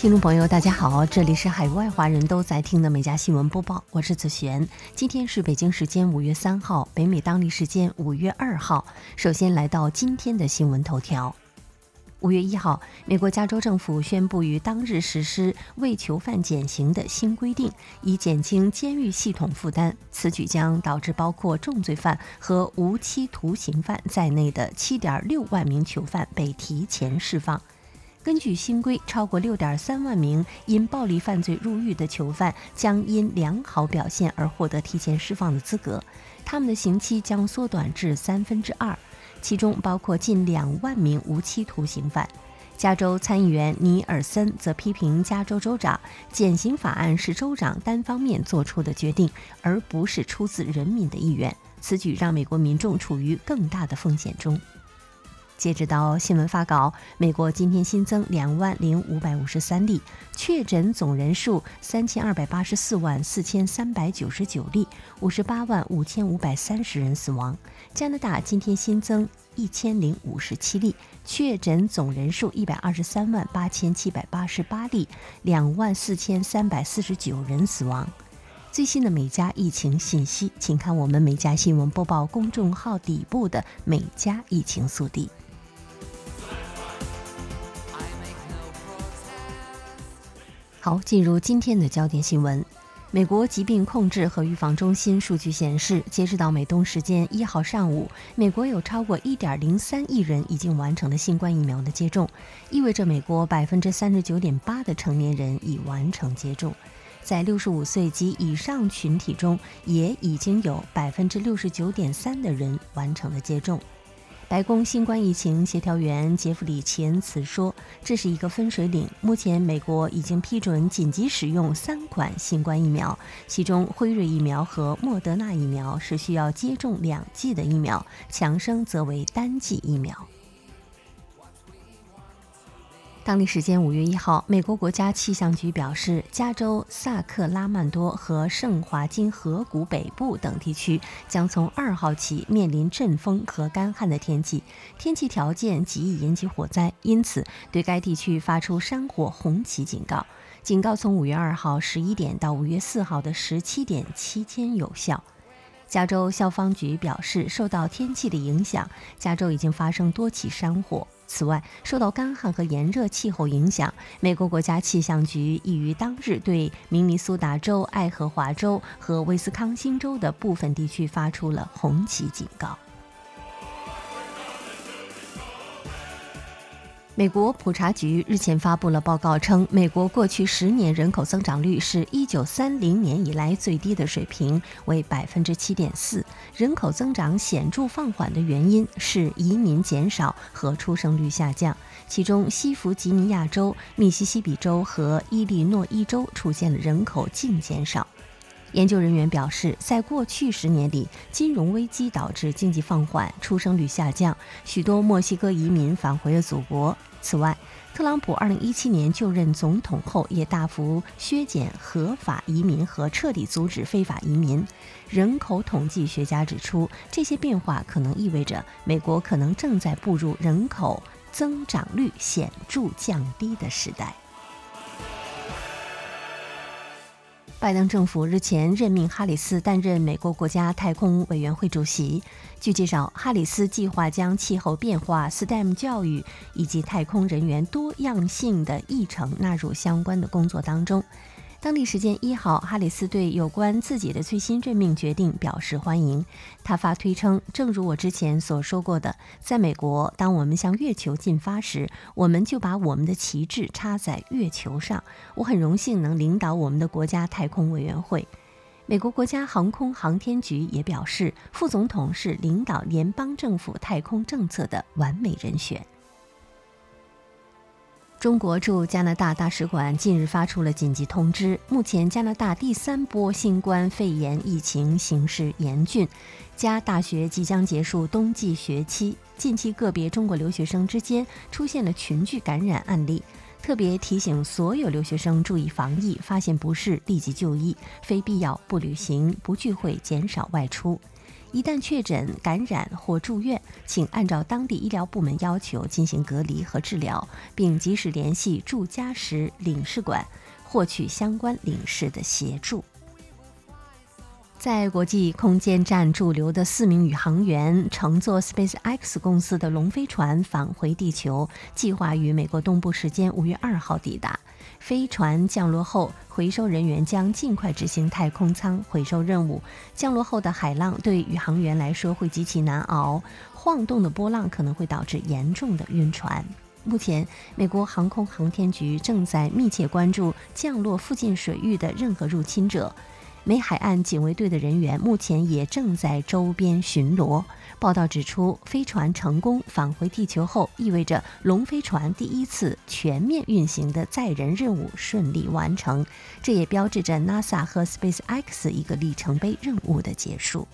听众朋友大家好，这里是海外华人都在听的美家新闻播报，我是子璇。今天是北京时间5月3号，北美当地时间5月2号。首先来到今天的新闻头条。5月1号，美国加州政府宣布于当日实施为囚犯减刑的新规定，以减轻监狱系统负担。此举将导致包括重罪犯和无期徒刑犯在内的 7.6 万名囚犯被提前释放。根据新规，超过 6.3 万名因暴力犯罪入狱的囚犯将因良好表现而获得提前释放的资格，他们的刑期将缩短至2/3，其中包括近2万名无期徒刑犯。加州参议员尼尔森则批评加州州长减刑法案是州长单方面做出的决定，而不是出自人民的意愿，此举让美国民众处于更大的风险中。截止到新闻发稿，美国今天新增20553例，确诊总人数32844399例，585530人死亡。加拿大今天新增1057例，确诊总人数1238788例，24349人死亡。最新的美加疫情信息，请看我们美加新闻播报公众号底部的美加疫情速递。好，进入今天的焦点新闻。美国疾病控制和预防中心数据显示，截止到美东时间1号上午，美国有超过 1.03 亿人已经完成了新冠疫苗的接种，意味着美国 39.8% 的成年人已完成接种。在65岁及以上群体中，也已经有 69.3% 的人完成了接种。白宫新冠疫情协调员杰弗里·齐恩茨说，这是一个分水岭，目前美国已经批准紧急使用3款新冠疫苗，其中辉瑞疫苗和莫德纳疫苗是需要接种2剂的疫苗，强生则为单剂疫苗。当地时间5月1号，美国国家气象局表示，加州萨克拉曼多和圣华金河谷北部等地区将从2号起面临阵风和干旱的天气，天气条件极易引起火灾，因此对该地区发出山火红旗警告。警告从5月2号11点到5月4号的17点期间有效。加州消防局表示，受到天气的影响，加州已经发生多起山火。此外，受到干旱和炎热气候影响，美国国家气象局已于当日对明尼苏达州、爱荷华州和威斯康星州的部分地区发出了红旗警告。美国普查局日前发布了报告称，美国过去10年人口增长率是1930年以来最低的水平，为 7.4%。人口增长显著放缓的原因是移民减少和出生率下降，其中西弗吉尼亚州、密西西比州和伊利诺伊州出现了人口净减少。研究人员表示，在过去10年里，金融危机导致经济放缓，出生率下降，许多墨西哥移民返回了祖国。此外，特朗普2017年就任总统后，也大幅削减合法移民和彻底阻止非法移民。人口统计学家指出，这些变化可能意味着美国可能正在步入人口增长率显著降低的时代。拜登政府日前任命哈里斯担任美国国家太空委员会主席。据介绍，哈里斯计划将气候变化、STEM 教育以及太空人员多样性的议程纳入相关的工作当中。当地时间1号，哈里斯对有关自己的最新任命决定表示欢迎。他发推称，正如我之前所说过的，在美国，当我们向月球进发时，我们就把我们的旗帜插在月球上。我很荣幸能领导我们的国家太空委员会。美国国家航空航天局也表示，副总统是领导联邦政府太空政策的完美人选。中国驻加拿大大使馆近日发出了紧急通知，目前加拿大第3波新冠肺炎疫情形势严峻，加大学即将结束冬季学期，近期个别中国留学生之间出现了群聚感染案例，特别提醒所有留学生注意防疫，发现不适立即就医，非必要不旅行、不聚会，减少外出。 一旦确诊感染或住院，请按照当地医疗部门要求进行隔离和治疗，并及时联系驻加什领事馆，获取相关领事的协助。在国际空间站驻留的4名宇航员乘坐 SpaceX 公司的龙飞船返回地球，计划于美国东部时间5月2号抵达。飞船降落后，回收人员将尽快执行太空舱回收任务。降落后的海浪对宇航员来说会极其难熬，晃动的波浪可能会导致严重的晕船。目前，美国航空航天局正在密切关注降落附近水域的任何入侵者。美海岸警卫队的人员目前也正在周边巡逻。报道指出，飞船成功返回地球后，意味着龙飞船第一次全面运行的载人任务顺利完成，这也标志着 NASA 和 SpaceX 一个里程碑任务的结束。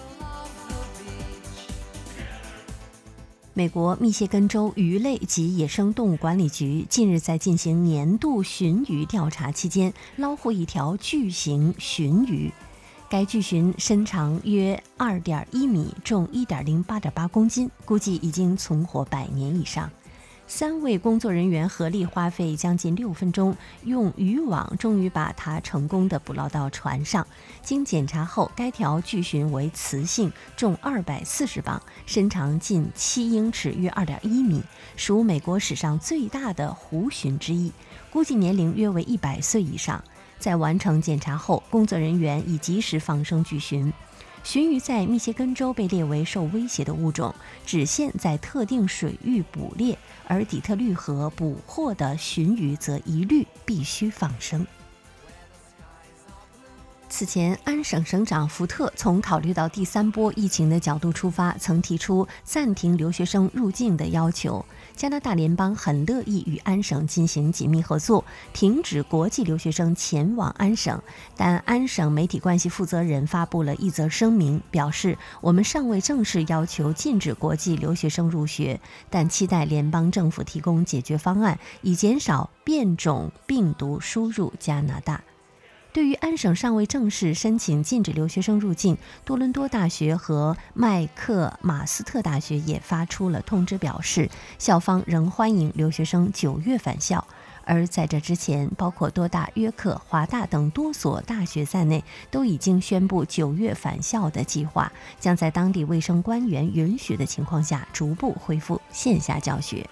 美国密歇根州鱼类及野生动物管理局近日在进行年度鲟鱼调查期间，捞获一条巨型鲟鱼。该巨鲟身长约 2.1 米，重 108.8 公斤，估计已经存活100年以上。3位工作人员合力花费将近6分钟，用渔网终于把它成功地捕捞到船上。经检查后，该条巨鲟为雌性，重240磅，身长近7英尺，约 2.1 米，属美国史上最大的湖鲟之一，估计年龄约为100岁以上。在完成检查后，工作人员已及时放生巨鲟。鲟鱼在密歇根州被列为受威胁的物种，只限在特定水域捕猎，而底特律河捕获的鲟鱼则一律必须放生。此前，安省省长福特从考虑到第3波疫情的角度出发，曾提出暂停留学生入境的要求。加拿大联邦很乐意与安省进行紧密合作，停止国际留学生前往安省。但安省媒体关系负责人发布了一则声明，表示我们尚未正式要求禁止国际留学生入学，但期待联邦政府提供解决方案，以减少变种病毒输入加拿大。对于安省尚未正式申请禁止留学生入境，多伦多大学和麦克马斯特大学也发出了通知，表示校方仍欢迎留学生9月返校。而在这之前，包括多大、约克、华大等多所大学在内，都已经宣布9月返校的计划，将在当地卫生官员允许的情况下逐步恢复线下教学。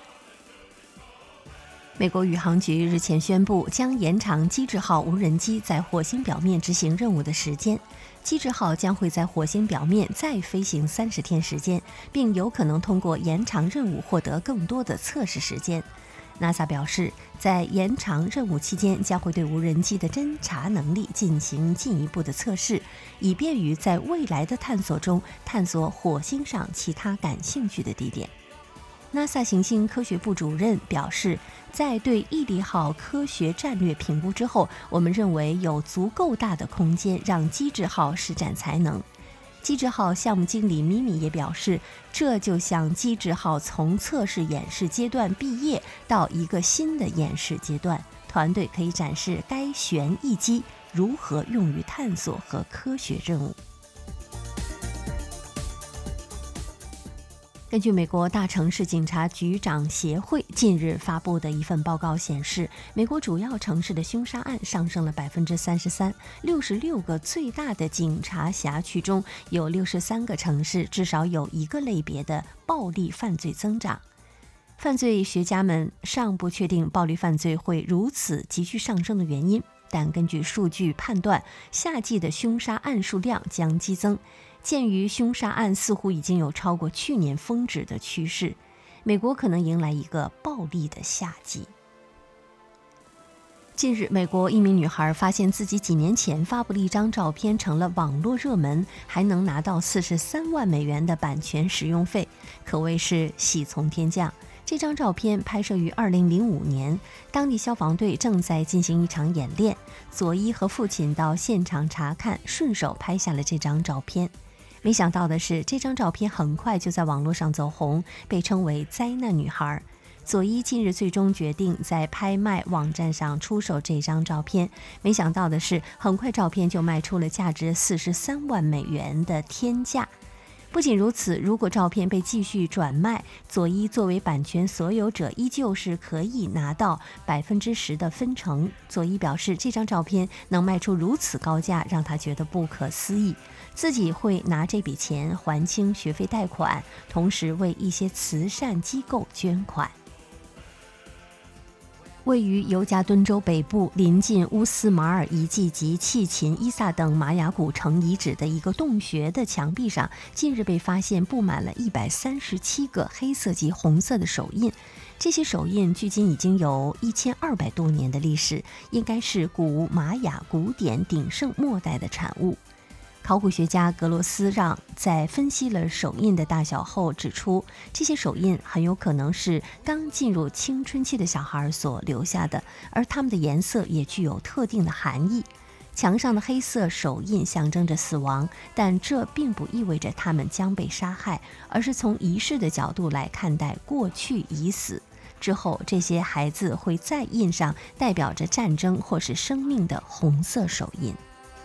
美国宇航局日前宣布，将延长机智号无人机在火星表面执行任务的时间。机智号将会在火星表面再飞行30天时间，并有可能通过延长任务获得更多的测试时间。NASA 表示，在延长任务期间，将会对无人机的侦察能力进行进一步的测试，以便于在未来的探索中探索火星上其他感兴趣的地点。NASA 行星科学部主任表示，在对毅力号科学战略评估之后，我们认为有足够大的空间让机智号施展才能。机智号项目经理米米也表示，这就像机智号从测试演示阶段毕业到一个新的演示阶段，团队可以展示该旋翼机如何用于探索和科学任务。根据美国大城市警察局长协会近日发布的一份报告显示，美国主要城市的凶杀案上升了33%，66个最大的警察辖区中有63个城市至少有一个类别的暴力犯罪增长。犯罪学家们尚不确定暴力犯罪会如此急剧上升的原因，但根据数据判断，夏季的凶杀案数量将激增。鉴于凶杀案似乎已经有超过去年峰值的趋势，美国可能迎来一个暴力的夏季。近日，美国一名女孩发现自己几年前发布的一张照片成了网络热门，还能拿到43万美元的版权使用费，可谓是喜从天降。这张照片拍摄于2005年，当地消防队正在进行一场演练，佐伊和父亲到现场查看，顺手拍下了这张照片。没想到的是，这张照片很快就在网络上走红，被称为灾难女孩。佐伊近日最终决定在拍卖网站上出售这张照片，没想到的是，很快照片就卖出了价值43万美元的天价。 不仅如此，如果照片被继续转卖，佐伊作为版权所有者依旧是可以拿到10%的分成。佐伊表示，这张照片能卖出如此高价，让他觉得不可思议，自己会拿这笔钱还清学费贷款，同时为一些慈善机构捐款。位于尤加敦州北部临近乌斯马尔遗迹及契琴伊萨等玛雅古城遗址的一个洞穴的墙壁上，近日被发现布满了137个黑色及红色的手印。这些手印距今已经有1200多年的历史，应该是古玛雅古典鼎盛末代的产物。考古学家格罗斯让在分析了手印的大小后指出，这些手印很有可能是刚进入青春期的小孩所留下的，而它们的颜色也具有特定的含义。墙上的黑色手印象征着死亡，但这并不意味着他们将被杀害，而是从仪式的角度来看待过去已死。之后，这些孩子会再印上代表着战争或是生命的红色手印。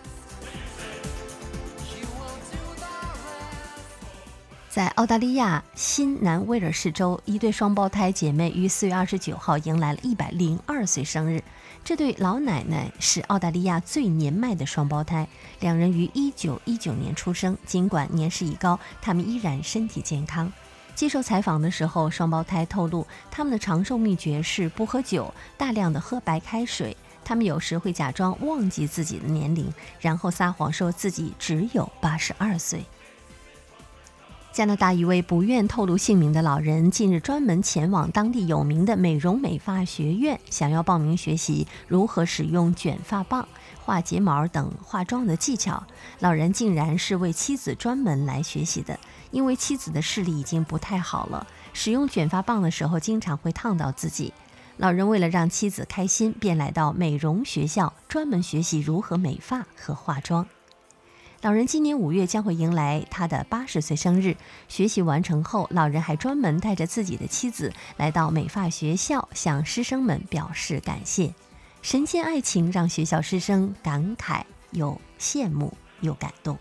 在澳大利亚新南威尔士州，一对双胞胎姐妹于4月29号迎来了102岁生日。这对老奶奶是澳大利亚最年迈的双胞胎，两人于1919年出生，尽管年事已高，他们依然身体健康。接受采访的时候，双胞胎透露，他们的长寿秘诀是不喝酒，大量的喝白开水。他们有时会假装忘记自己的年龄，然后撒谎说自己只有82岁。加拿大一位不愿透露姓名的老人近日专门前往当地有名的美容美发学院，想要报名学习如何使用卷发棒、画睫毛等化妆的技巧。老人竟然是为妻子专门来学习的，因为妻子的视力已经不太好了，使用卷发棒的时候经常会烫到自己。老人为了让妻子开心，便来到美容学校专门学习如何美发和化妆。老人今年5月将会迎来他的80岁生日。学习完成后，老人还专门带着自己的妻子来到美发学校，向师生们表示感谢。神仙爱情让学校师生感慨又羡慕又感动。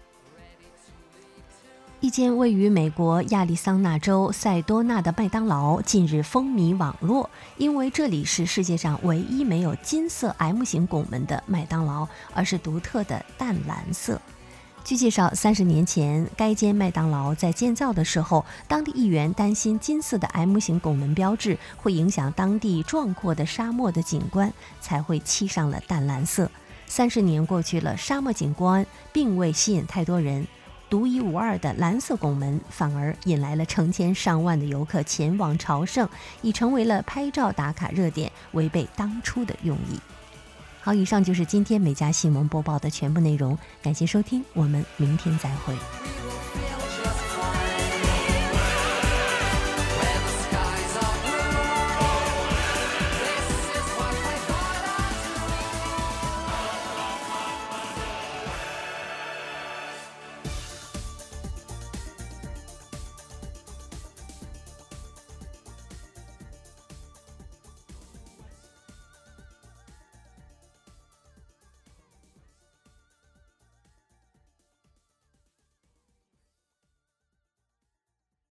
一间位于美国亚利桑那州塞多纳的麦当劳近日风靡网络，因为这里是世界上唯一没有金色 M 型拱门的麦当劳，而是独特的淡蓝色。据介绍，30年前，该间麦当劳在建造的时候，当地议员担心金色的 M 型拱门标志会影响当地壮阔的沙漠的景观，才会漆上了淡蓝色。30年过去了，沙漠景观并未吸引太多人。独一无二的蓝色拱门反而引来了成千上万的游客前往朝圣，已成为了拍照打卡热点，违背当初的用意。好，以上就是今天美家新闻播报的全部内容，感谢收听，我们明天再会。